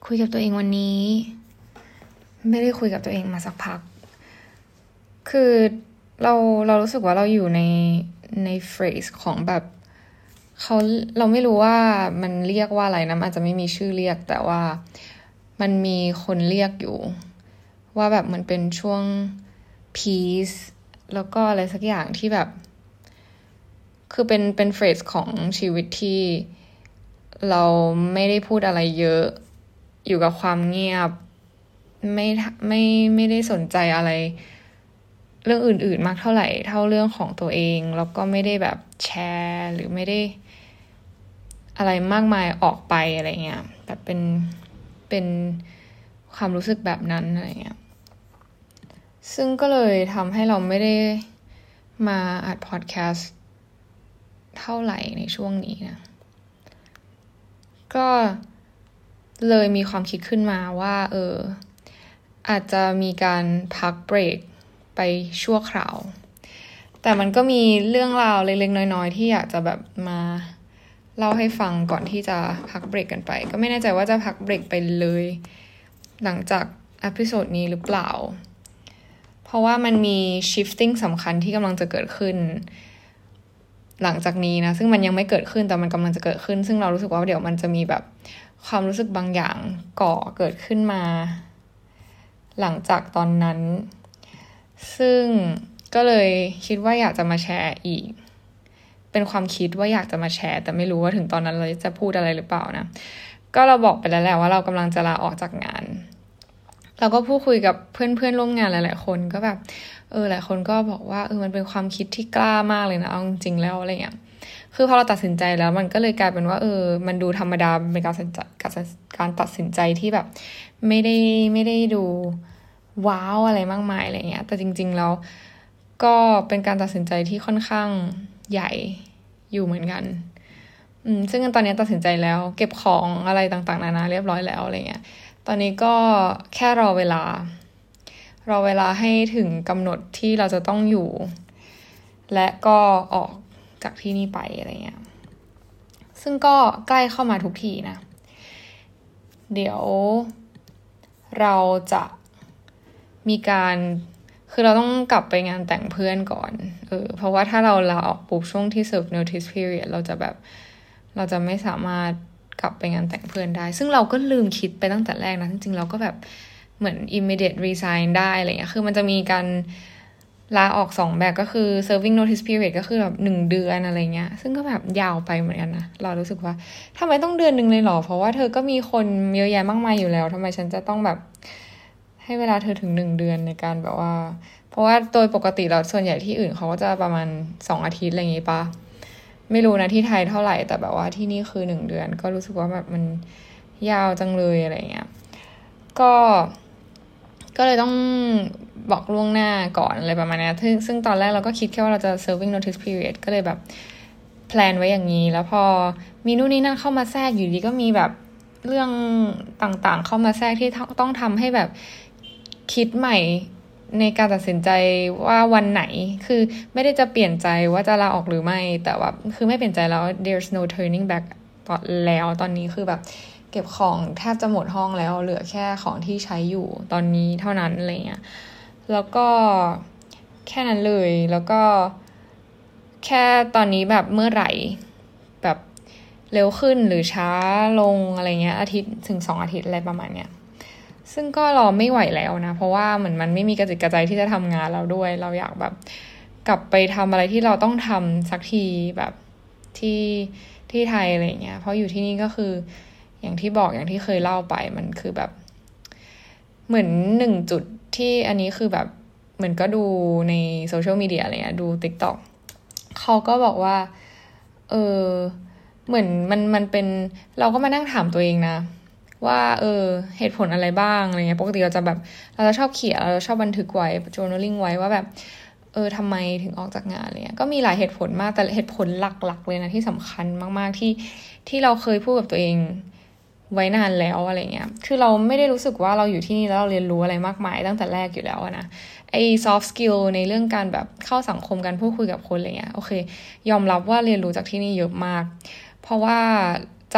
คุยกับตัวเองวันนี้ไม่ได้คุยกับตัวเองมาสักพักคือเรารู้สึกว่าเราอยู่ในเฟรซของแบบเราไม่รู้ว่ามันเรียกว่าอะไรนะอาจจะไม่มีชื่อเรียกแต่ว่ามันมีคนเรียกอยู่ว่าแบบมันเป็นช่วง peace แล้วก็อะไรสักอย่างที่แบบคือเป็นเฟรซของชีวิตที่เราไม่ได้พูดอะไรเยอะอยู่กับความเงียบไม่ได้สนใจอะไรเรื่องอื่นๆมากเท่าไหร่เท่าเรื่องของตัวเองแล้วก็ไม่ได้แบบแชร์หรือไม่ได้อะไรมากมายออกไปอะไรเงี้ยแบบเป็นความรู้สึกแบบนั้นอะไรเงี้ยซึ่งก็เลยทำให้เราไม่ได้มาอัดพอดแคสต์เท่าไหร่ในช่วงนี้นะก็เลยมีความคิดขึ้นมาว่าอาจจะมีการพักเบรกไปชั่วคราวแต่มันก็มีเรื่องราวเล็กๆน้อยๆที่อยากจะแบบมาเล่าให้ฟังก่อนที่จะพักเบรกกันไปก็ไม่แน่ใจว่าจะพักเบรกไปเลยหลังจากเอพิโซดนี้หรือเปล่าเพราะว่ามันมี shifting สำคัญที่กำลังจะเกิดขึ้นหลังจากนี้นะซึ่งมันยังไม่เกิดขึ้นแต่มันกำลังจะเกิดขึ้นซึ่งเรารู้สึกว่าเดี๋ยวมันจะมีแบบความรู้สึกบางอย่างก่อเกิดขึ้นมาหลังจากตอนนั้นซึ่งก็เลยคิดว่าอยากจะมาแชร์อีกเป็นความคิดว่าอยากจะมาแชร์แต่ไม่รู้ว่าถึงตอนนั้นเราจะพูดอะไรหรือเปล่านะก็เราบอกไปแล้วแหละว่าเรากำลังจะลาออกจากงานเราก็พูดคุยกับเพื่อนร่วมงานหลายๆคนก็แบบหลายคนก็บอกว่ามันเป็นความคิดที่กล้ามากเลยนะเอาจริงๆแล้วอะไรเงี้ยคือพอเราตัดสินใจแล้วมันก็เลยกลายเป็นว่ามันดูธรรมดาเป็นการตัดสินใจที่แบบไม่ได้ดูว้าวอะไรมากมายอะไรเงี้ยแต่จริงๆแล้วก็เป็นการตัดสินใจที่ค่อนข้างใหญ่อยู่เหมือนกันซึ่งตอนนี้ตัดสินใจแล้วเก็บของอะไรต่างๆนานาเรียบร้อยแล้วอะไรเงี้ยตอนนี้ก็แค่รอเวลาให้ถึงกำหนดที่เราจะต้องอยู่และก็ออกจากที่นี่ไปอะไรเงี้ยซึ่งก็ใกล้เข้ามาทุกทีนะเดี๋ยวเราจะมีการคือเราต้องกลับไปงานแต่งเพื่อนก่อนเพราะว่าถ้าเราลาออกปุ๊บช่วงที่ serve notice period เราจะไม่สามารถกลับไปงานแต่งเพื่อนได้ซึ่งเราก็ลืมคิดไปตั้งแต่แรกนะจริงๆเราก็แบบเหมือน immediate resign ได้อะไรเงี้ยคือมันจะมีการลาออก2แบบก็คือ serving notice period ก็คือแบบ1เดือนอะไรเงี้ยซึ่งก็แบบยาวไปเหมือนกันนะเรารู้สึกว่าทำไมต้องเดือนนึงเลยหรอเพราะว่าเธอก็มีคนเยอะแยะมากมายอยู่แล้วทำไมฉันจะต้องแบบให้เวลาเธอถึง1เดือนในการแบบว่าเพราะว่าโดยปกติแล้วส่วนใหญ่ที่อื่นเขาก็จะประมาณ2อาทิตย์อะไรอย่างงี้ปะไม่รู้นะที่ไทยเท่าไหร่แต่แบบว่าที่นี่คือ1เดือนก็รู้สึกว่าแบบมันยาวจังเลยอะไรเงี้ยก็เลยต้องบอกล่วงหน้าก่อนอะไรประมาณนี้ซึ่งตอนแรกเราก็คิดแค่ว่าเราจะ serving notice period ก็เลยแบบแพลนไว้อย่างนี้แล้วพอมีนู่นนี่นั่นเข้ามาแทรกอยู่ดีก็มีแบบเรื่องต่างๆเข้ามาแทรกที่ต้องทำให้แบบคิดใหม่ในการตัดสินใจว่าวันไหนคือไม่ได้จะเปลี่ยนใจว่าจะลาออกหรือไม่แต่ว่าคือไม่เปลี่ยนใจแล้ว there's no turning back ตอนนี้คือแบบเก็บของแทบจะหมดห้องแล้วเหลือแค่ของที่ใช้อยู่ตอนนี้เท่านั้นอะไรเงี้ยแล้วก็แค่นั้นเลยแล้วก็แค่ตอนนี้แบบเมื่อไหร่แบบเร็วขึ้นหรือช้าลงอะไรเงี้ยอาทิตย์ถึง2อาทิตย์อะไรประมาณเนี้ยซึ่งก็รอไม่ไหวแล้วนะเพราะว่าเหมือนมันไม่มีกระจิตกระใจที่จะทำงานแล้วด้วยเราอยากแบบกลับไปทำอะไรที่เราต้องทำสักทีแบบที่ไทยอะไรเงี้ยเพราะอยู่ที่นี่ก็คืออย่างที่บอกอย่างที่เคยเล่าไปมันคือแบบเหมือน1จุดที่อันนี้คือแบบเหมือนก็ดูในโซเชียลมีเดียอะไรเงี้ยดู TikTok เขาก็บอกว่าเหมือนมันเป็นเราก็มานั่งถามตัวเองนะว่าเหตุผลอะไรบ้างอะไรเงี้ยปกติเราจะชอบเขียนเราจะชอบบันทึกไว้ journaling ไว้ว่าแบบทำไมถึงออกจากงานอะไรเงี้ยก็มีหลายเหตุผลมากแต่เหตุผลหลักๆเลยนะที่สำคัญมากๆที่เราเคยพูดกับตัวเองไว้นานแล้วอะไรเงี้ยคือเราไม่ได้รู้สึกว่าเราอยู่ที่นี่แล้วเราเรียนรู้อะไรมากมายตั้งแต่แรกอยู่แล้วนะไอ้ soft skill ในเรื่องการแบบเข้าสังคมการพูดคุยกับคนอะไรเงี้ยโอเคยอมรับว่าเรียนรู้จากที่นี่เยอะมากเพราะว่าจาก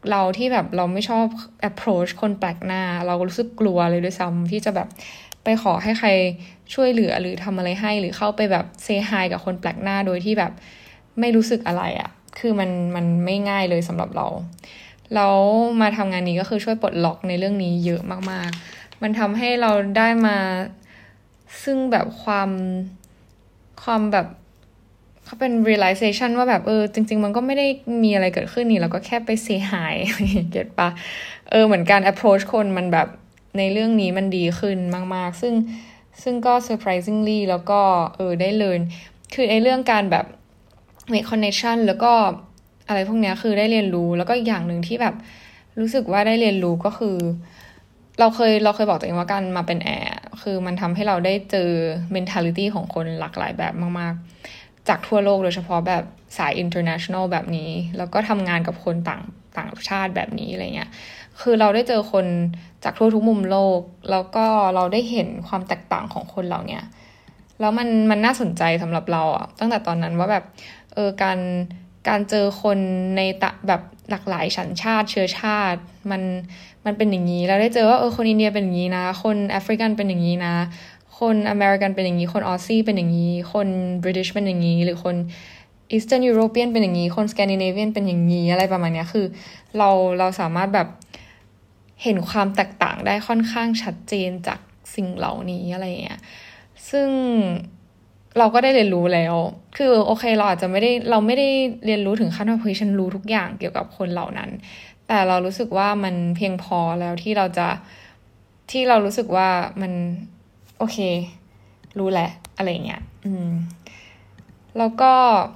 เราที่แบบเราไม่ชอบ approach คนแปลกหน้าเรารู้สึกกลัวเลยด้วยซ้ำที่จะแบบไปขอให้ใครช่วยเหลือหรือทำอะไรให้หรือเข้าไปแบบ say hi กับคนแปลกหน้าโดยที่แบบไม่รู้สึกอะไรอ่ะคือมันไม่ง่ายเลยสำหรับเราแล้วมาทำงานนี้ก็คือช่วยปลดล็อกในเรื่องนี้เยอะมากๆมันทำให้เราได้มาซึ่งแบบความแบบเขาเป็น realization ว่าแบบจริงๆมันก็ไม่ได้มีอะไรเกิดขึ้นนี่เราก็แค่ไป say hi เก็ตปะเหมือนการ approach คนมันแบบในเรื่องนี้มันดีขึ้นมากๆซึ่งก็ surprisingly แล้วก็ได้ learn คือไอ้เรื่องการแบบ make connection แล้วก็อะไรพวกเนี้ยคือได้เรียนรู้แล้วก็อีกอย่างหนึ่งที่แบบรู้สึกว่าได้เรียนรู้ก็คือเราเคยบอกตัวเองว่าการมาเป็นแอร์คือมันทำให้เราได้เจอ mentality ของคนหลากหลายแบบมากๆจากทั่วโลกโดยเฉพาะแบบสาย international แบบนี้แล้วก็ทำงานกับคนต่างชาติแบบนี้อะไรเงี้ยคือเราได้เจอคนจากทั่วทุกมุมโลกแล้วก็เราได้เห็นความแตกต่างของคนเหล่านี้แล้วมันน่าสนใจสำหรับเราอ่ะตั้งแต่ตอนนั้นว่าแบบการเจอคนในแบบหลากหลายสัญชาติเชื้อชาติมันเป็นอย่างนี้แล้วได้เจอว่าคนอินเดียเป็นอย่างนี้นะคนแอฟริกันเป็นอย่างนี้นะคนอเมริกันเป็นอย่างนี้คนออสซี่เป็นอย่างนี้คนบริติชเป็นอย่างนี้หรือคนอีสเทิร์นยุโรเปียนเป็นอย่างนี้คนสแกนดิเนเวียนเป็นอย่างนี้อะไรประมาณนี้คือเราสามารถแบบเห็นความแตกต่างได้ค่อนข้างชัดเจนจากสิ่งเหล่านี้อะไรอย่างเงี้ยซึ่งเราก็ได้เรียนรู้แล้วคือโอเคเราอาจจะไม่ได้เรียนรู้ถึงขั้นว่าเฮ้ยฉันรู้ทุกอย่างเกี่ยวกับคนเหล่านั้นแต่เรารู้สึกว่ามันเพียงพอแล้วที่เรารู้สึกว่ามันโอเครู้แหละอะไรเงี้ยแล้วก็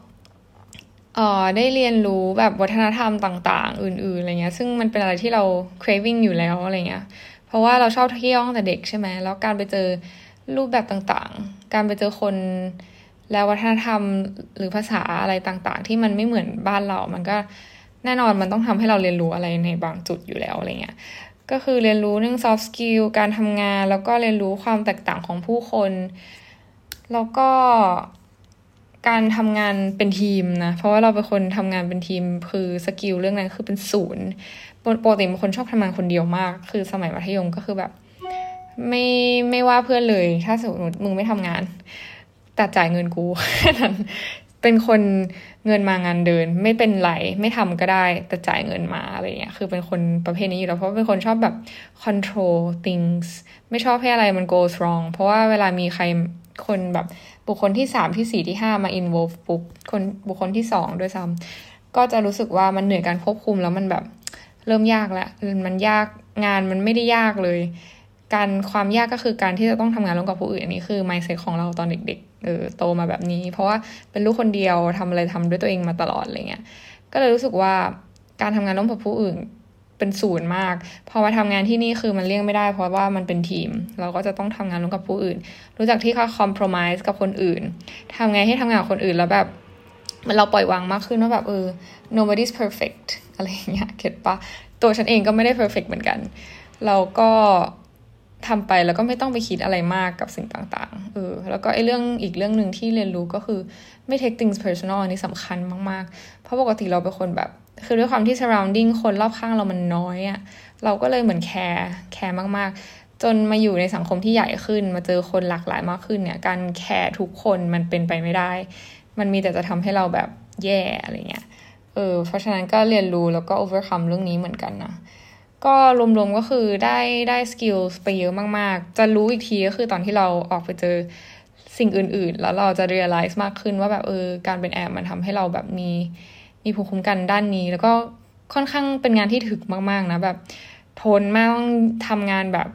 ได้เรียนรู้แบบวัฒนธรรมต่างๆอื่นๆอะไรเงี้ยซึ่งมันเป็นอะไรที่เรา craving อยู่แล้วอะไรเงี้ยเพราะว่าเราชอบเที่ยวตั้งแต่เด็กใช่ไหมแล้วการไปเจอรูปแบบต่างๆการไปเจอคนแล้ววัฒนธรรมหรือภาษาอะไรต่างๆที่มันไม่เหมือนบ้านเรามันก็แน่นอนมันต้องทำให้เราเรียนรู้อะไรในบางจุดอยู่แล้วอะไรเงี้ยก็คือเรียนรู้เรื่อง soft skill การทำงานแล้วก็เรียนรู้ความแตกต่างของผู้คนแล้วก็การทำงานเป็นทีมนะเพราะว่าเราเป็นคนทำงานเป็นทีมคือสกิลเรื่องนั้นคือเป็นศูนย์ปกติเป็นคนชอบทำงานคนเดียวมากคือสมัยมัธยมก็คือแบบไม่ว่าเพื่อนเลยถ้าสมมติมึงไม่ทำงานแต่จ่ายเงินกูแค่นั้นเป็นคนเงินมางานเดินไม่เป็นไรไม่ทำก็ได้แต่จ่ายเงินมาอะไรเงี้ยคือเป็นคนประเภทนี้อยู่แล้วเพราะเป็นคนชอบแบบ control things ไม่ชอบให้อะไรมัน goes wrong เพราะว่าเวลามีใครคนแบบบุคคลที่3ที่4ที่5มา involve ปุ๊บบุคคลที่2ด้วยซ้ำก็จะรู้สึกว่ามันเหนื่อยการควบคุมแล้วมันแบบเริ่มยากแล้วมันยากงานมันไม่ได้ยากเลยความยากก็คือการที่จะต้องทำงานร่วมกับผู้อื่นอันนี้คือ mindset ของเราตอนเด็กๆโตมาแบบนี้เพราะว่าเป็นลูกคนเดียวทำอะไรทำด้วยตัวเองมาตลอดอะไรเงี้ยก็เลยรู้สึกว่าการทำงานร่วมกับผู้อื่นเป็นศูนย์มากพอมาทำงานที่นี่คือมันเลี่ยงไม่ได้เพราะว่ามันเป็นทีมเราก็จะต้องทำงานร่วมกับผู้อื่นรู้จักที่เขา compromise กับคนอื่นทำไงให้ทำงานกับคนอื่นแล้วแบบเราปล่อยวางมากขึ้นว่าแบบnobody's perfect อะไรอย่างเงี้ยเก็ทปะตัวฉันเองก็ไม่ได้ perfect เหมือนกันเราก็ทำไปแล้วก็ไม่ต้องไปคิดอะไรมากกับสิ่งต่างๆแล้วก็อีกเรื่องนึงที่เรียนรู้ก็คือไม่ take things personal อันนี้สำคัญมากๆเพราะปกติเราเป็นคนแบบคือด้วยความที่ surrounding คนรอบข้างเรามันน้อยอะเราก็เลยเหมือนแคร์มากๆจนมาอยู่ในสังคมที่ใหญ่ขึ้นมาเจอคนหลากหลายมากขึ้นเนี่ยการแคร์ทุกคนมันเป็นไปไม่ได้มันมีแต่จะทำให้เราแบบแย่อะไรเงี้ยเพราะฉะนั้นก็เรียนรู้แล้วก็ overcome เรื่องนี้เหมือนกันนะก็รวมๆก็คือได้สกิลไปเยอะมากๆจะรู้อีกทีก็คือตอนที่เราออกไปเจอสิ่งอื่นๆแล้วเราจะ realize มากขึ้นว่าแบบการเป็นแอร์มันทำให้เราแบบมีภูมิคุ้มกันด้านนี้แล้วก็ค่อนข้างเป็นงานที่ถึกมากๆนะแบบทนมากต้องทำงานแบบ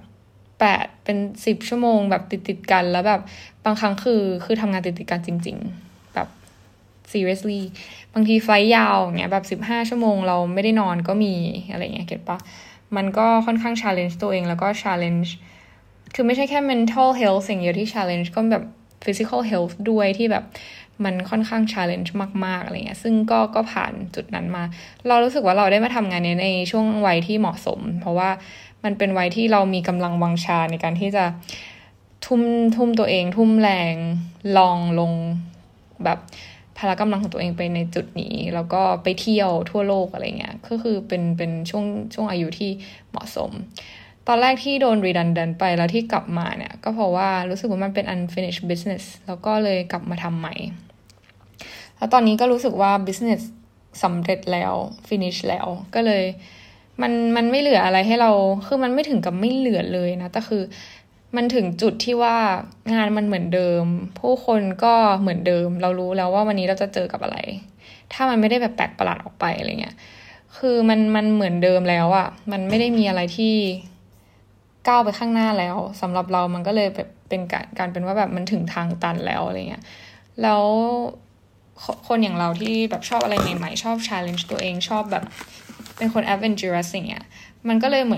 8เป็น10ชั่วโมงแบบติดกันแล้วแบบบางครั้งคือทำงานติดกันจริงๆแบบ seriously บางทีไฟล์ยาวอย่างเงี้ยแบบ15ชั่วโมงเราไม่ได้นอนก็มีอะไรเงี้ยเก็ทปะมันก็ค่อนข้าง challenge ตัวเองแล้วก็ challenge คือไม่ใช่แค่ mental health สิ่งเดียวที่ challenge ก็แบบ physical health ด้วยที่แบบมันค่อนข้าง challenge มากๆอะไรเงี้ยซึ่งก็ผ่านจุดนั้นมาเรารู้สึกว่าเราได้มาทำงานนี้ในช่วงวัยที่เหมาะสมเพราะว่ามันเป็นวัยที่เรามีกำลังวังชาในการที่จะทุ่มตัวเองทุ่มแรงลองลงแบบพละกำลังของตัวเองไปในจุดนี้แล้วก็ไปเที่ยวทั่วโลกอะไรเงี้ยก็คือเป็นช่วงอายุที่เหมาะสมตอนแรกที่โดน redundant ไปแล้วที่กลับมาเนี่ยก็เพราะว่ารู้สึกว่ามันเป็น unfinished business แล้วก็เลยกลับมาทำใหม่แล้วตอนนี้ก็รู้สึกว่า business สำเร็จแล้ว finish แล้วก็เลยมันไม่เหลืออะไรให้เราคือมันไม่ถึงกับไม่เหลือเลยนะแต่คือมันถึงจุดที่ว่างานมันเหมือนเดิมผู้คนก็เหมือนเดิมเรารู้แล้วว่าวันนี้เราจะเจอกับอะไรถ้ามันไม่ได้แบบแปลกประหลาดออกไปอะไรเงี้ยคือมันเหมือนเดิมแล้วอ่ะมันไม่ได้มีอะไรที่ก้าวไปข้างหน้าแล้วสำหรับเรามันก็เลยแบบเป็นการเป็นว่าแบบมันถึงทางตันแล้วอะไรเงี้ยแล้วคนอย่างเราที่แบบชอบอะไรใหม่ๆชอบ challenge ตัวเองชอบแบบเป็นคน adventurous อย่างเงี้ยมันก็เลยเหมือน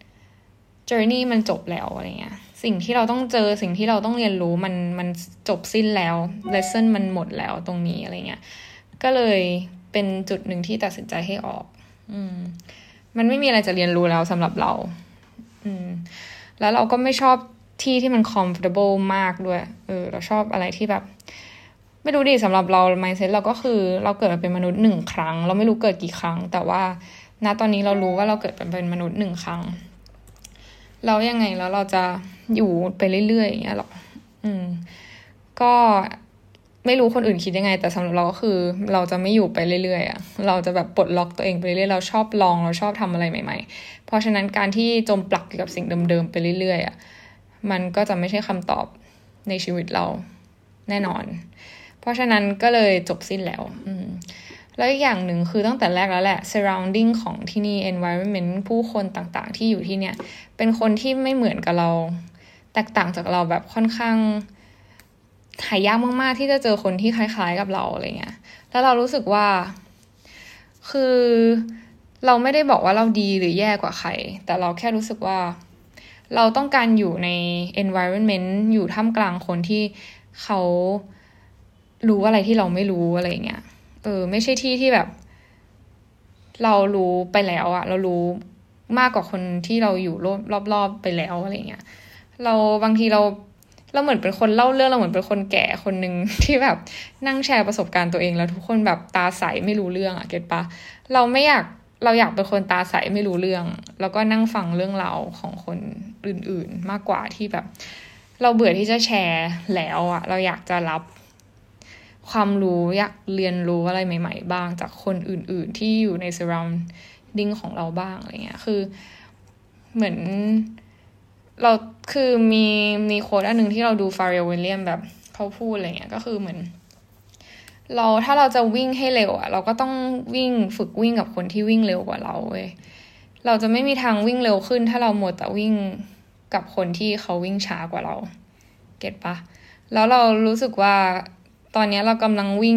journey มันจบแล้วอะไรเงี้ยสิ่งที่เราต้องเจอสิ่งที่เราต้องเรียนรู้มันจบสิ้นแล้ว lesson มันหมดแล้วตรงนี้อะไรเงี้ยก็เลยเป็นจุดหนึ่งที่ตัดสินใจให้ออกมันไม่มีอะไรจะเรียนรู้แล้วสำหรับเราแล้วเราก็ไม่ชอบที่ที่มัน comfortable มากด้วยเราชอบอะไรที่แบบไม่รู้ดิสำหรับเรา mindset เราก็คือเราเกิดมาเป็นมนุษย์1 ครั้งเราไม่รู้เกิดกี่ครั้งแต่ว่าณตอนนี้เรารู้ว่าเราเกิดเป็นมนุษย์1 ครั้งแล้วยังไงแล้วเราจะอยู่ไปเรื่อยๆอย่างเงี้ยหรอก็ไม่รู้คนอื่นคิดยังไงแต่สำหรับเราก็คือเราจะไม่อยู่ไปเรื่อยๆอ่ะเราจะแบบปลดล็อกตัวเองไปเรื่อยๆเราชอบลองเราชอบทำอะไรใหม่ๆเพราะฉะนั้นการที่จมปลักอยู่กับสิ่งเดิมๆไปเรื่อยๆอ่ะมันก็จะไม่ใช่คำตอบในชีวิตเราแน่นอนเพราะฉะนั้นก็เลยจบสิ้นแล้วแล้วอีกอย่างหนึ่งคือตั้งแต่แรกแล้วแหละ surrounding ของที่นี่ environment ผู้คนต่างๆที่อยู่ที่เนี่ยเป็นคนที่ไม่เหมือนกับเราแตกต่างจากเราแบบค่อนข้างหายากมากๆที่จะเจอคนที่คล้ายๆกับเราอะไรเงี้ยแล้วเรารู้สึกว่าคือเราไม่ได้บอกว่าเราดีหรือแย่กว่าใครแต่เราแค่รู้สึกว่าเราต้องการอยู่ใน environment อยู่ท่ามกลางคนที่เขารู้อะไรที่เราไม่รู้อะไรเงี้ยไม่ใช่ที่ที่แบบเรารู้ไปแล้วอะเรารู้มากกว่าคนที่เราอยู่รอบๆไปแล้วอะไรเงี้ยเราบางทีเราเหมือนเป็นคนเล่าเรื่องเราเหมือนเป็นคนแก่คนนึงที่แบบนั่งแชร์ประสบการณ์ตัวเองแล้วทุกคนแบบตาใสไม่รู้เรื่องอะเก็ทปะเราอยากเป็นคนตาใสไม่รู้เรื่องแล้วก็นั่งฟังเรื่องราวของคนอื่นๆมากกว่าที่แบบเราเบื่อที่จะแชร์แล้วอะเราอยากจะรับความรู้อยากเรียนรู้อะไรใหม่ๆบ้างจากคนอื่นๆที่อยู่ใน surrounding ของเราบ้างอะไรเงี้ยคือเหมือนเราคือมีโค้ดอันนึงที่เราดูฟาเรล วิลเลียมแบบเขาพูดอะไรเงี้ยก็คือเหมือนถ้าเราจะวิ่งให้เร็วอ่ะเราก็ต้องฝึกวิ่งกับคนที่วิ่งเร็วกว่าเราเว้ยเราจะไม่มีทางวิ่งเร็วขึ้นถ้าเราหมดแต่วิ่งกับคนที่เขาวิ่งช้ากว่าเราเก็ทปะแล้วเรารู้สึกว่าตอนนี้เรากำลังวิ่ง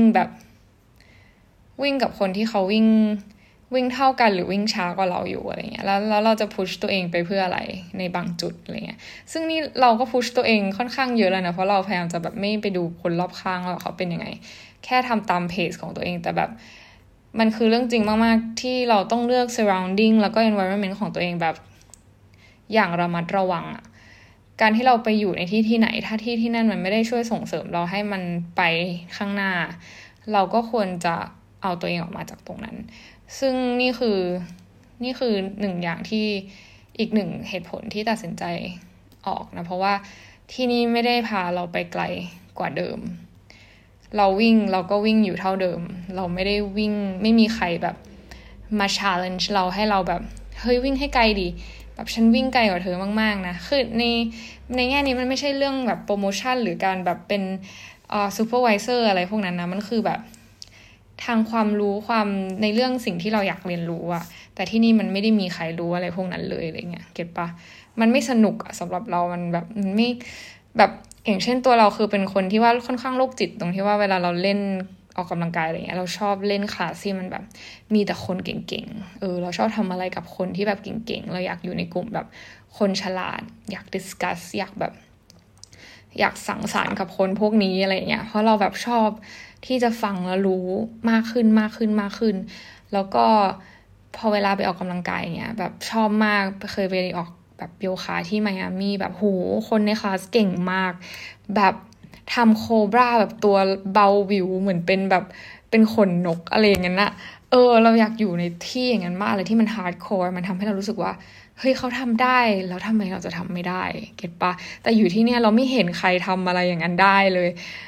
กับคนที่เขาวิ่งเท่ากันหรือวิ่งช้ากว่าเราอยู่อะไรเงี้ยแล้วเราจะพุชตัวเองไปเพื่ออะไรในบางจุดอะไรเงี้ยซึ่งนี่เราก็พุชตัวเองค่อนข้างเยอะแล้วนะเพราะเราพยายามจะแบบไม่ไปดูคนรอบข้างว่าเขาเป็นยังไงแค่ทำตามเพจของตัวเองแต่แบบมันคือเรื่องจริงมากๆที่เราต้องเลือก surrounding แล้วก็ environment ของตัวเองแบบอย่างระมัดระวังอะการที่เราไปอยู่ในที่ไหนถ้าที่นั่นมันไม่ได้ช่วยส่งเสริมเราให้มันไปข้างหน้าเราก็ควรจะเอาตัวเองออกมาจากตรงนั้นซึ่งนี่คือหนึ่งอย่างที่อีกหนึ่งเหตุผลที่ตัดสินใจออกนะเพราะว่าที่นี่ไม่ได้พาเราไปไกลกว่าเดิมเราก็วิ่งอยู่เท่าเดิมเราไม่ได้วิ่งไม่มีใครแบบมา challenge เราให้เราแบบเฮ้ยวิ่งให้ไกลดิแบบฉันวิ่งไกลกว่าเธอมากๆนะคือในแง่นี้มันไม่ใช่เรื่องแบบโปรโมชั่นหรือการแบบเป็นsupervisor อะไรพวกนั้นนะมันคือแบบทางความรู้ความในเรื่องสิ่งที่เราอยากเรียนรู้อะแต่ที่นี่มันไม่ได้มีใครรู้อะไรพวกนั้นเลยอะไรเงี้ยเก็ทปะมันไม่สนุกอะสำหรับเรามันแบบมันไม่แบบอย่างเช่นตัวเราคือเป็นคนที่ว่าค่อนข้างโรคจิตตรงที่ว่าเวลาเราเล่นออกกำลังกายอะไรเงี้ยเราชอบเล่นคลาสที่มันแบบมีแต่คนเก่งๆเราชอบทำอะไรกับคนที่แบบเก่งๆเราอยากอยู่ในกลุ่มแบบคนฉลาดอยากดิสคัสอยากสังสรรค์กับคนพวกนี้อะไรเงี้ยเพราะเราแบบชอบที่จะฟังแล้วรู้มากขึ้นแล้วก็พอเวลาไปออกกำลังกายเงี้ยแบบชอบมากเคยไปออกแบบโยคะที่ไมอามี่แบบโหคนในคลาสเก่งมากแบบทำโคบราแบบตัวเบาวิวเหมือนเป็นแบบเป็นขนนกอะไรอย่างนั้นนะเราอยากอยู่ในที่อย่างนั้นมากเลยที่มันฮาร์ดคอร์มันทำให้เรารู้สึกว่าเฮ้ยเขาทำได้แล้วทำไมเราจะทำไม่ได้เก็ตปะแต่อยู่ที่เนี่ยเราไม่เห็นใครทำอะไรอย่างนั้นได้เลย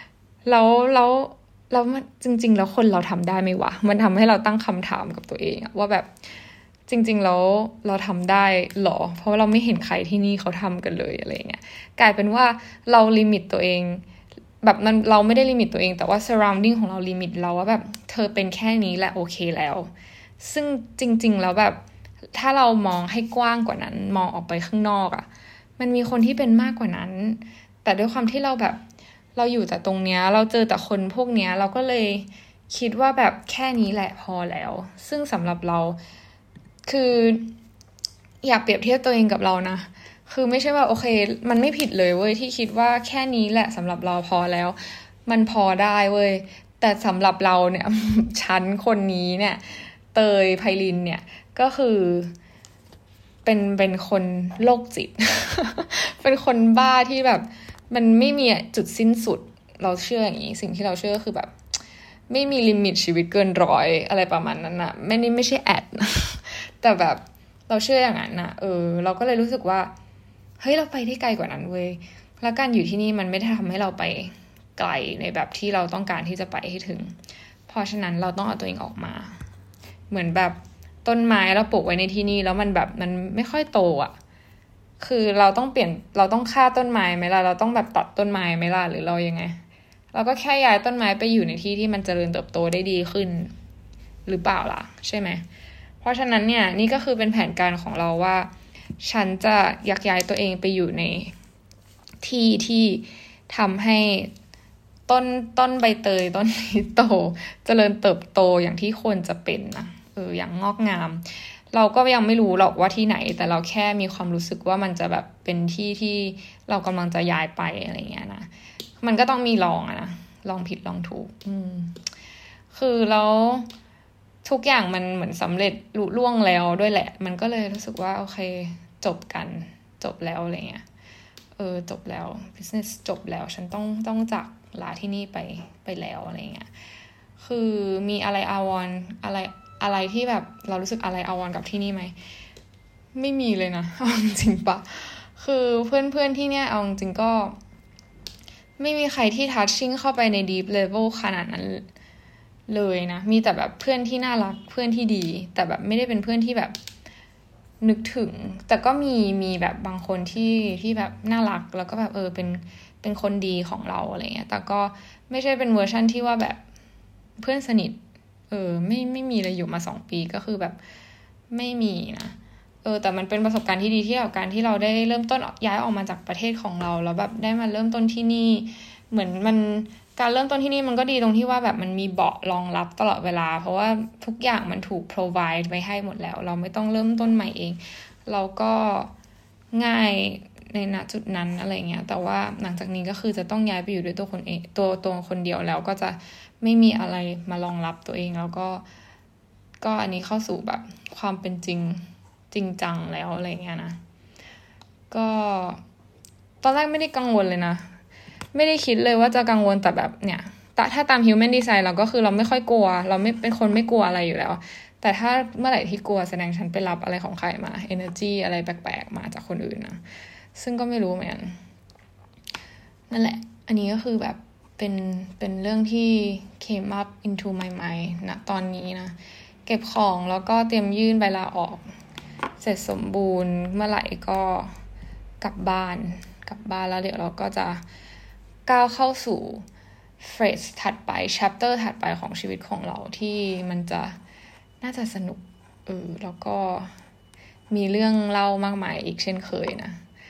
แล้วมันจริงๆแล้วคนเราทำได้ไหมวะมันทำให้เราตั้งคำถามกับตัวเองอะว่าแบบจริงๆแล้วเราทำได้หรอเพราะว่าเราไม่เห็นใครที่นี่เขาทำกันเลยอะไรเงี้ยกลายเป็นว่าเราลิมิตตัวเองแบบมันเราไม่ได้ลิมิตตัวเองแต่ว่า surrounding ของเราลิมิตเราว่าแบบเธอเป็นแค่นี้แหละโอเคแล้วซึ่งจริงๆแล้วแบบถ้าเรามองให้กว้างกว่านั้นมองออกไปข้างนอกอะมันมีคนที่เป็นมากกว่านั้นแต่ด้วยความที่เราแบบเราอยู่แต่ตรงเนี้ยเราเจอแต่คนพวกเนี้ยเราก็เลยคิดว่าแบบแค่นี้แหละพอแล้วซึ่งสำหรับเราคืออยากเปรียบเทียบตัวเองกับเรานะคือไม่ใช่ว่าโอเคมันไม่ผิดเลยเว้ยที่คิดว่าแค่นี้แหละสำหรับเราพอแล้วมันพอได้เว้ยแต่สำหรับเราเนี่ย ชั้นคนนี้เนี่ยเตยไพลินเนี่ยก็คือเป็นคนโรคจิต เป็นคนบ้าที่แบบมันไม่มีจุดสิ้นสุดเราเชื่ออย่างนี้สิ่งที่เราเชื่อคือแบบไม่มีลิมิตชีวิตเกิน100อะไรประมาณนั้นนะไม่ใช่แอดนะ แต่แบบเราเชื่ออย่างนั้นนะเราก็เลยรู้สึกว่าเฮ้ยเราไปได้ไกลกว่านั้นเว้ยแล้วการอยู่ที่นี่มันไม่ได้ทำให้เราไปไกลในแบบที่เราต้องการที่จะไปให้ถึงเพราะฉะนั้นเราต้องเอาตัวเองออกมาเหมือนแบบต้นไม้เราปลูกไว้ในที่นี่แล้วมันแบบมันไม่ค่อยโตอ่ะคือเราต้องเปลี่ยนเราต้องฆ่าต้นไม้ไหมล่ะเราต้องแบบตัดต้นไม้ไหมล่ะหรือเรายังไงเราก็แค่ย้ายต้นไม้ไปอยู่ในที่ที่มันเจริญเติบโตได้ดีขึ้นหรือเปล่าล่ะใช่ไหมเพราะฉะนั้นเนี่ยนี่ก็คือเป็นแผนการของเราว่าฉันจะยักย้ายตัวเองไปอยู่ในที่ทำให้ต้นใบเตยต้นนี้โตเจริญเติบโตอย่างที่ควรจะเป็นนะอย่างงอกงามเราก็ยังไม่รู้หรอกว่าที่ไหนแต่เราแค่มีความรู้สึกว่ามันจะแบบเป็นที่เรากำลังจะย้ายไปอะไรเงี้ยนะมันก็ต้องมีลองอะนะลองผิดลองถูกคือแล้วทุกอย่างมันเหมือนสำเร็จลุล่วงแล้วด้วยแหละมันก็เลยรู้สึกว่าโอเคจบแล้วอะไรเงี้ยจบแล้ว business จบแล้วฉันต้องจากลาที่นี่ไปแล้วอะไรเงี้ยคือมีอะไรอาวรอะไรที่แบบเรารู้สึกอะไรอาวรกับที่นี่ไหมไม่มีเลยนะเอาจริงปะคือเพื่อนที่เนี่ยเอาจริงก็ไม่มีใครที่ทัชชิ่งเข้าไปใน deep level ขนาดนั้นเลยนะมีแต่แบบเพื่อนที่น่ารักเพื่อนที่ดีแต่แบบไม่ได้เป็นเพื่อนที่แบบนึกถึงแต่ก็มีแบบบางคนที่แบบน่ารักแล้วก็แบบเป็นคนดีของเราอะไรเงี้ยแต่ก็ไม่ใช่เป็นเวอร์ชั่นที่ว่าแบบเพื่อนสนิทไม่มีเลยอยู่มา2 ปีก็คือแบบไม่มีนะแต่มันเป็นประสบการณ์ที่ดีที่กับการที่เราได้เริ่มต้นย้ายออกมาจากประเทศของเราแล้วแบบได้มาเริ่มต้นที่นี่เหมือนมันการเริ่มต้นที่นี่มันก็ดีตรงที่ว่าแบบมันมีเบาะรองรับตลอดเวลาเพราะว่าทุกอย่างมันถูก provide ไว้ให้หมดแล้วเราไม่ต้องเริ่มต้นใหม่เองเราก็ง่ายในณจุดนั้นอะไรเงี้ยแต่ว่าหลังจากนี้ก็คือจะต้องย้ายไปอยู่ด้วยตัวคนเองตัวคนเดียวแล้วก็จะไม่มีอะไรมารองรับตัวเองแล้วก็อันนี้เข้าสู่แบบความเป็นจริงจังแล้วอะไรเงี้ยนะก็ตอนแรกไม่ได้กังวลเลยนะไม่ได้คิดเลยว่าจะกังวลแต่แบบเนี่ยถ้าตาม human design เราก็คือเราไม่ค่อยกลัวเราไม่เป็นคนไม่กลัวอะไรอยู่แล้วแต่ถ้าเมื่อไหร่ที่กลัวแสดงฉันไปรับอะไรของใครมา energy อะไรแปลกๆมาจากคนอื่นนะซึ่งก็ไม่รู้เหมือนกันนั่นแหละอันนี้ก็คือแบบเป็นเรื่องที่ came up into my mind นะตอนนี้นะเก็บของแล้วก็เตรียมยื่นใบลาออกเสร็จสมบูรณ์เมื่อไหร่ก็กลับบ้านแล้วเดี๋ยวเราก็จะก้าวเข้าสู่เฟสถัดไป chapter ถัดไปของชีวิตของเราที่มันจะน่าจะสนุกแล้วก็มีเรื่องเล่ามากมายอีกเช่นเคยนะ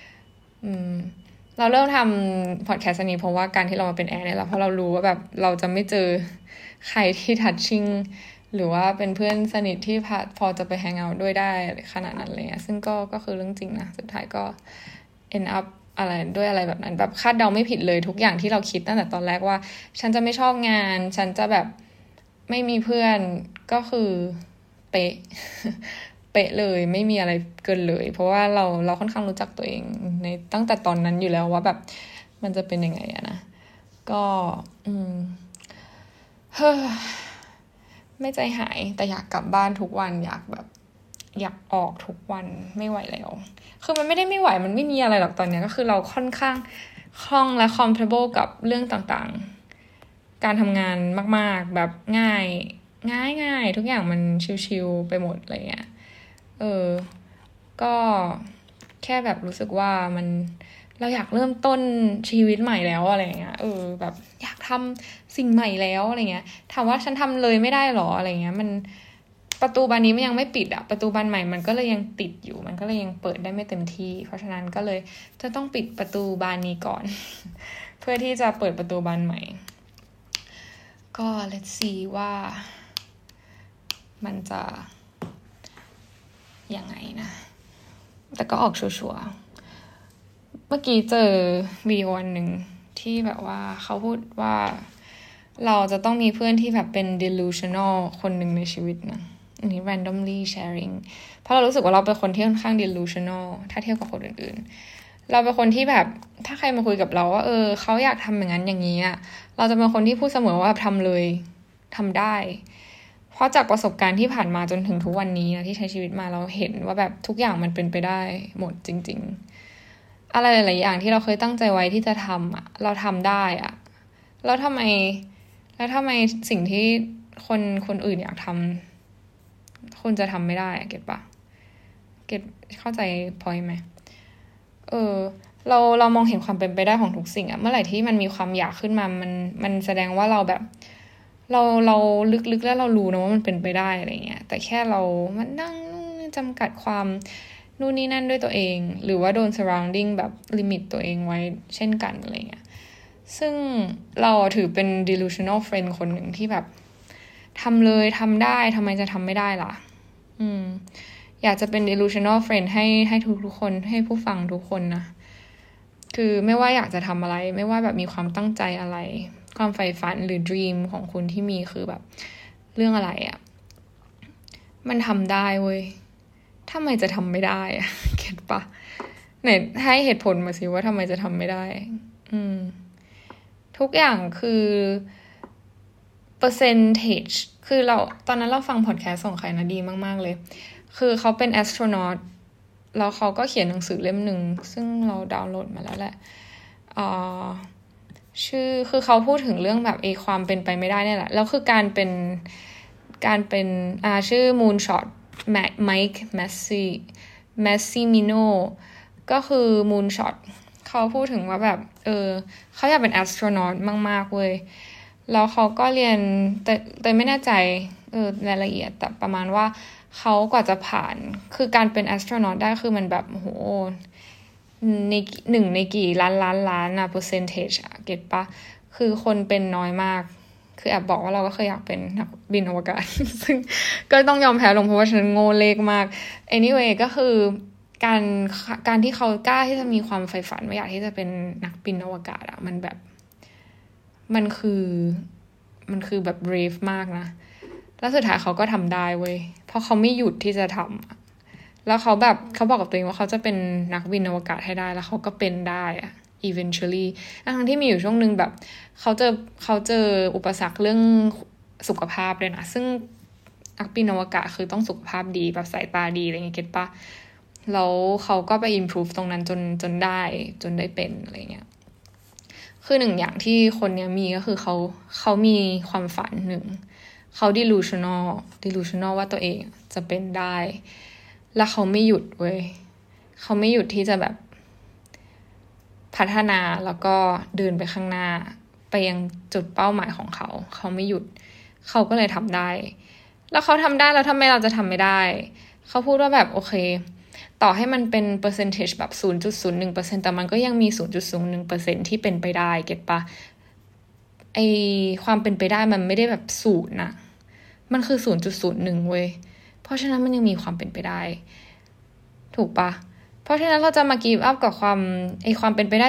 เราเริ่มทำพอดแคสต์นี้เพราะว่าการที่เรามาเป็นแอร์เนี่ยแหละเพราะเรารู้ว่าแบบเราจะไม่เจอใครที่ทัชชิ่งหรือว่าเป็นเพื่อนสนิทที่พอจะไปแฮงเอาท์ด้วยได้ขนาดนั้นเลยซึ่งก็คือเรื่องจริงนะสุดท้ายก็ end up อะไรด้วยอะไรแบบนั้นแบบคาดเดาไม่ผิดเลยทุกอย่างที่เราคิดตั้งแต่ตอนแรกว่าฉันจะไม่ชอบงานฉันจะแบบไม่มีเพื่อนก็คือเป๊ะเลยไม่มีอะไรเกินเลยเพราะว่าเราค่อนข้างรู้จักตัวเองในตั้งแต่ตอนนั้นอยู่แล้วว่าแบบมันจะเป็นยังไงอะนะก็เฮ้อไม่ใจหายแต่อยากกลับบ้านทุกวันอยากออกทุกวันไม่ไหวแล้วคือมันไม่ได้ไม่ไหวมันไม่มีอะไรหรอกตอนนี้ก็คือเราค่อนข้างคล่องและ comfortable กับเรื่องต่างๆการทำงานมากๆแบบง่ายทุกอย่างมันชิลๆไปหมดอะไรเงี้ยก็แค่แบบรู้สึกว่าเราอยากเริ่มต้นชีวิตใหม่แล้วอะไรเงี้ยแบบอยากทำสิ่งใหม่แล้วอะไรเงี้ยถามว่าฉันทำเลยไม่ได้หรออะไรเงี้ยมันประตูบานนี้มันยังไม่ปิดอะประตูบานใหม่มันก็เลยยังติดอยู่มันก็เลยยังเปิดได้ไม่เต็มที่เพราะฉะนั้นก็เลยจะต้องปิดประตูบานนี้ก่อน เพื่อที่จะเปิดประตูบานใหม่ก็ let's see ว่ามันจะยังไงนะแต่ก็ออกชัวร์เมื่อกี้เจอวิดีโออันหนึ่งที่แบบว่าเขาพูดว่าเราจะต้องมีเพื่อนที่แบบเป็น delusional คนหนึ่งในชีวิตนะอันนี้ randomly sharing เพราะเรารู้สึกว่าเราเป็นคนที่ค่อนข้าง delusional ถ้าเทียบกับคนอื่นๆเราเป็นคนที่แบบถ้าใครมาคุยกับเราว่าเขาอยากทำอย่างนั้นอย่างนี้อะเราจะเป็นคนที่พูดเสมอว่าทำเลยทำได้เพราะจากประสบการณ์ที่ผ่านมาจนถึงทุกวันนี้นะที่ใช้ชีวิตมาเราเห็นว่าแบบทุกอย่างมันเป็นไปได้หมดจริงๆอะไรหลายๆอย่างที่เราเคยตั้งใจไว้ที่จะทำอะเราทำได้อะแล้วทำไมสิ่งที่คนอื่นอยากทำคุณจะทำไม่ได้เก็ตปะเก็ตเข้าใจพอยไหมเรามองเห็นความเป็นไปได้ของทุกสิ่งอะเมื่อไหร่ที่มันมีความอยากขึ้นมามันแสดงว่าเราแบบเราลึกๆแล้วเรารู้นะว่ามันเป็นไปได้อะไรเงี้ยแต่แค่เรามันนั่งจำกัดความนู่นนี่นั่นด้วยตัวเองหรือว่าโดน surrounding แบบลิมิตตัวเองไว้เช่นกันอะไรเงี้ยซึ่งเราถือเป็น delusional friend คนหนึ่งที่แบบทำเลยทำได้ทำไมจะทำไม่ได้ล่ะอยากจะเป็น delusional friend ให้ทุกคนให้ผู้ฟังทุกคนนะคือไม่ว่าอยากจะทำอะไรไม่ว่าแบบมีความตั้งใจอะไรความใฝ่ฝันหรือ dream ของคุณที่มีคือแบบเรื่องอะไรอ่ะมันทำได้เว้ยทำไมจะทำไม่ได้อ่ะเก็ทปะไหนให้เหตุผลมาสิว่าทำไมจะทำไม่ได้ทุกอย่างคือ percentage คือตอนนั้นเราฟังพอดแคสต์ของใครนะดีมากๆเลยคือเขาเป็น astronaut แล้วเขาก็เขียนหนังสือเล่มหนึ่งซึ่งเราดาวน์โหลดมาแล้วแหละคือเขาพูดถึงเรื่องแบบความเป็นไปไม่ได้เนี่ยแหละแล้วคือการเป็นชื่อ Moonshot Mike Massimino ก็คือ Moonshot เขาพูดถึงว่าแบบเขาอยากเป็น astronaut มากๆเว้ยแล้วเขาก็เรียนแต่ไม่แน่ใจรายละเอียดแต่ประมาณว่าเขากว่าจะผ่านคือการเป็น astronaut ได้คือมันแบบโหใน1ในกี่ล้านอะ percentage อะเก็ตปะคือคนเป็นน้อยมากคือแอบบอกว่าเราก็เคยอยากเป็นนักบินอวกาศ ซึ่งก็ต้องยอมแพ้ลงเพราะว่าฉันโง่เลขมาก anyway ก็คือการที่เขากล้าที่จะมีความใฝ่ฝันว่าอยากที่จะเป็นนักบินอวกาศอะมันแบบมันคือแบบ brave มากนะแล้วสุดท้ายเขาก็ทำได้เว้ยเพราะเขาไม่หยุดที่จะทำแล้วเขาบอกกับตัวเองว่าเขาจะเป็นนักบินอวกาศให้ได้แล้วเขาก็เป็นได้อะ eventually ทั้งที่มีอยู่ช่วงนึงแบบเขาเจออุปสรรคเรื่องสุขภาพด้วยนะซึ่งนักบินอวกาศคือต้องสุขภาพดีแบบสายตาดีอะไรเงี้ยเก็ตปะแล้วเขาก็ไป improve ตรงนั้นจนได้เป็นอะไรเงี้ยคือหนึ่งอย่างที่คนเนี้ยมีก็คือเขามีความฝันหนึ่งเขา delusional ว่าตัวเองจะเป็นได้แล้วเขาไม่หยุดเว้ยเขาไม่หยุดที่จะแบบพัฒนาแล้วก็เดินไปข้างหน้าไปยังจุดเป้าหมายของเขาไม่หยุดเขาก็เลยทำได้แล้วเขาทำได้แล้วทำไมเราจะทำไม่ได้เขาพูดว่าแบบโอเคต่อให้มันเป็น percentage แบบ 0.01% แต่มันก็ยังมี 0.01% ที่เป็นไปได้เก็ทปะไอความเป็นไปได้มันไม่ได้แบบ0นะมันคือ 0.01 เว้ยเพราะฉะนั้นมันยังมีความเป็นไปได้ถูกปะเพราะฉะนั้นเราจะมา give up กับความเป็นไปได้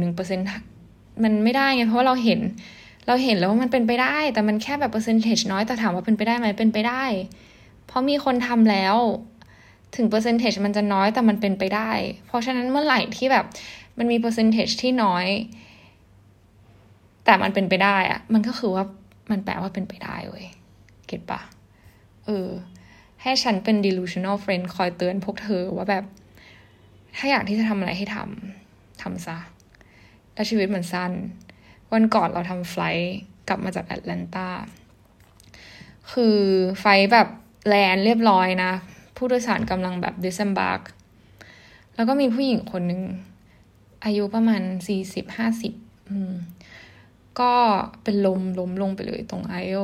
0.01% มันไม่ได้ไงเพราะว่าเราเห็นแล้วว่ามันเป็นไปได้แต่มันแค่แบบ percentage น้อยแต่ถามว่าเป็นไปได้ไหมเป็นไปได้เพราะมีคนทำแล้วถึง percentage มันจะน้อยแต่มันเป็นไปได้เพราะฉะนั้นเมื่อไหร่ที่แบบมันมี percentage ที่น้อยแแต่มันเป็นไปได้อะมันก็คือว่ามันแปลว่าเป็นไปได้เว้ยเก็ตปะให้ฉันเป็น delusional friend คอยเตือนพวกเธอว่าแบบถ้าอยากที่จะทำอะไรให้ทำซะแล้วชีวิตมันสั้นวันก่อนเราทำไฟล์กลับมาจากแอตแลนตาคือไฟล์แบบแลนด์เรียบร้อยนะผู้โดยสารกำลังแบบ disembark แล้วก็มีผู้หญิงคนหนึ่งอายุประมาณ40-50ก็เป็นล้มลงไปเลยตรงไอโอ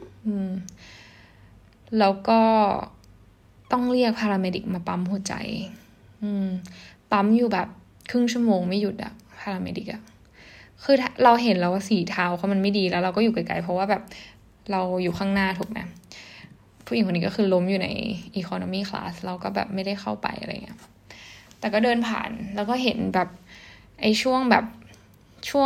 แล้วก็ต้องเรียกพาราเมดิกมาปั๊มหัวใจปั๊มอยู่แบบครึ่งชั่วโมงไม่หยุดอะพาราเมดิกอะคือเราเห็นแล้วว่าสีเท้าเขามันไม่ดีแล้วเราก็อยู่ไกลๆเพราะว่าแบบเราอยู่ข้างหน้าถูกไหมผู้หญิงคนนี้ก็คือล้มอยู่ใน economy class เราก็แบบไม่ได้เข้าไปอะไรเงี้ยแต่ก็เดินผ่านแล้วก็เห็นแบบไอ้ช่วงแบบช่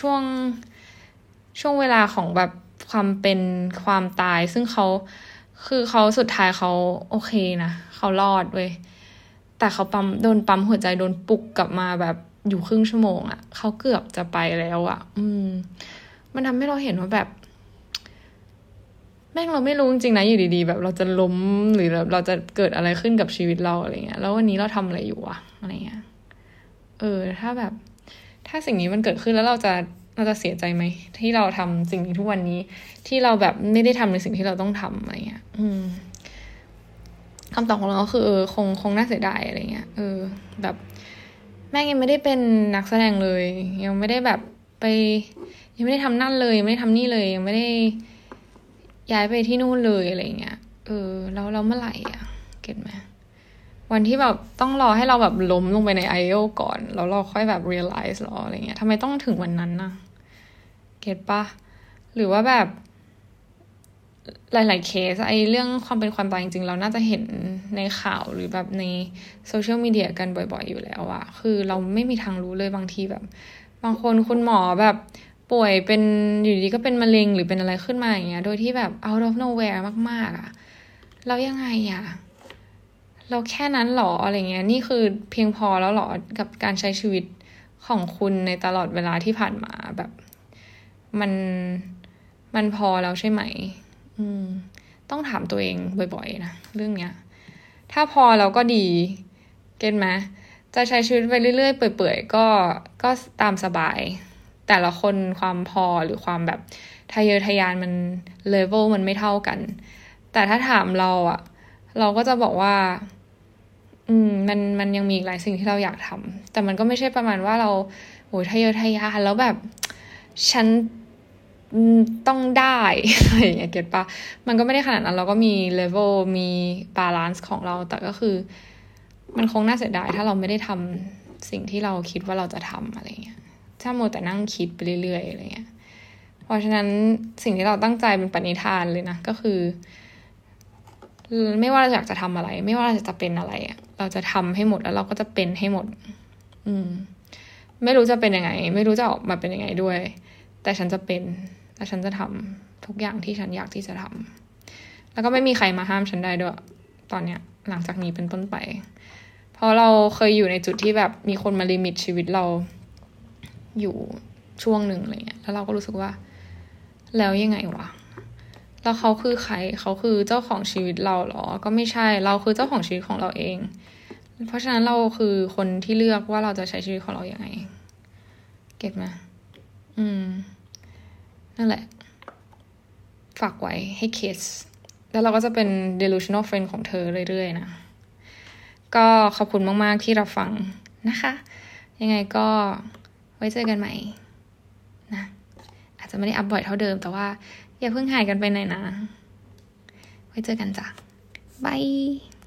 วงเวลาของแบบความเป็นความตายซึ่งเขาสุดท้ายเขาโอเคนะเขารอดเว้ยแต่เขาโดนปั๊มหัวใจโดนปลุกกลับมาแบบอยู่ครึ่งชั่วโมงอะเขาเกือบจะไปแล้วอะมันทำให้เราเห็นว่าแบบแม่งเราไม่รู้จริงๆนะอยู่ดีๆแบบเราจะล้มหรือเราจะเกิดอะไรขึ้นกับชีวิตเราอะไรเงี้ยแล้ววันนี้เราทำอะไรอยู่อะอะไรเงี้ยถ้าสิ่งนี้มันเกิดขึ้นแล้วเราจะเสียใจไหมที่เราทำสิ่งนี้ทุกวันนี้ที่เราแบบไม่ได้ทำในสิ่งที่เราต้องทำอะไรเงี้ยคำตอบของเราก็คือคงน่าเสียดายอะไรเงี้ยแบบแม่งยังไม่ได้เป็นนักแสดงเลยยังไม่ได้แบบไปยังไม่ได้ทำนั่นเลยยังไม่ได้ทำนี่เลยยังไม่ได้ย้ายไปที่นู่นเลยอะไรเงี้ยแล้วเมื่อไหร่อ่ะเก็ตไหมวันที่แบบต้องรอให้เราแบบล้มลงไปในไอโอก่อนแล้วเราค่อยแบบ realize หรออะไรเงี้ยทำไมต้องถึงวันนั้นนะเก็ตปะหรือว่าแบบหลายๆเคสไอเรื่องความเป็นความตายจริงๆเราน่าจะเห็นในข่าวหรือแบบในโซเชียลมีเดียกันบ่อยๆอยู่แล้วอะคือเราไม่มีทางรู้เลยบางทีแบบบางคนคุณหมอแบบป่วยเป็นอยู่ดีก็เป็นมะเร็งหรือเป็นอะไรขึ้นมาอย่างเงี้ยโดยที่แบบ out of nowhere มากๆอะแล้วยังไงอะเราแค่นั้นหรออะไรเงี้ยนี่คือเพียงพอแล้วหรอกับการใช้ชีวิตของคุณในตลอดเวลาที่ผ่านมาแบบมันพอแล้วใช่ไหมต้องถามตัวเองบ่อยๆนะเรื่องเนี้ยถ้าพอแล้วก็ดีเก็ทไหมจะใช้ชีวิตไปเรื่อยๆเปื่อยๆก็ตามสบายแต่ละคนความพอหรือความแบบทะเยอทะยานมันเลเวลมันไม่เท่ากันแต่ถ้าถามเราอะเราก็จะบอกว่ามันยังมีอีกหลายสิ่งที่เราอยากทำแต่มันก็ไม่ใช่ประมาณว่าเราโหทะเยอทะยานแล้วแบบฉันต้องได้อะไรอย่างเงี้ยเก็ตปะมันก็ไม่ได้ขนาดนั้นเราก็มีเลเวลมีบาลานซ์ของเราแต่ก็คือมันคงน่าเสียดายถ้าเราไม่ได้ทำสิ่งที่เราคิดว่าเราจะทำอะไรเงี้ยถ้ามัวแต่นั่งคิดไปเรื่อยๆอะไรเงี้ยเพราะฉะนั้นสิ่งที่เราตั้งใจเป็นปณิธานเลยนะก็คือไม่ว่าเราอยากจะทำอะไรไม่ว่าเราจะเป็นอะไรเราจะทำให้หมดแล้วเราก็จะเป็นให้หมดไม่รู้จะเป็นยังไงไม่รู้จะออกมาเป็นยังไงด้วยแต่ฉันจะเป็นและฉันจะทำทุกอย่างที่ฉันอยากที่จะทำแล้วก็ไม่มีใครมาห้ามฉันได้ด้วยตอนเนี้ยหลังจากนี้เป็นต้นไปเพราะเราเคยอยู่ในจุดที่แบบมีคนมาลิมิตชีวิตเราอยู่ช่วงหนึ่งอะไรเงี้ยแล้วเราก็รู้สึกว่าแล้วยังไงวะแล้วเขาคือใครเขาคือเจ้าของชีวิตเราหรอก็ไม่ใช่เราคือเจ้าของชีวิตของเราเองเพราะฉะนั้นเราคือคนที่เลือกว่าเราจะใช้ชีวิตของเราอย่างไงเก็ทไหมนั่นแหละฝากไว้ให้เคสแล้วเราก็จะเป็น delusional friend ของเธอเรื่อยๆนะก็ขอบคุณมากๆที่รับฟังนะคะยังไงก็ไว้เจอกันใหม่นะอาจจะไม่ได้อัพบ่อยเท่าเดิมแต่ว่าอย่าเพิ่งหายกันไปไหนนะไว้เจอกันจ้ะบาย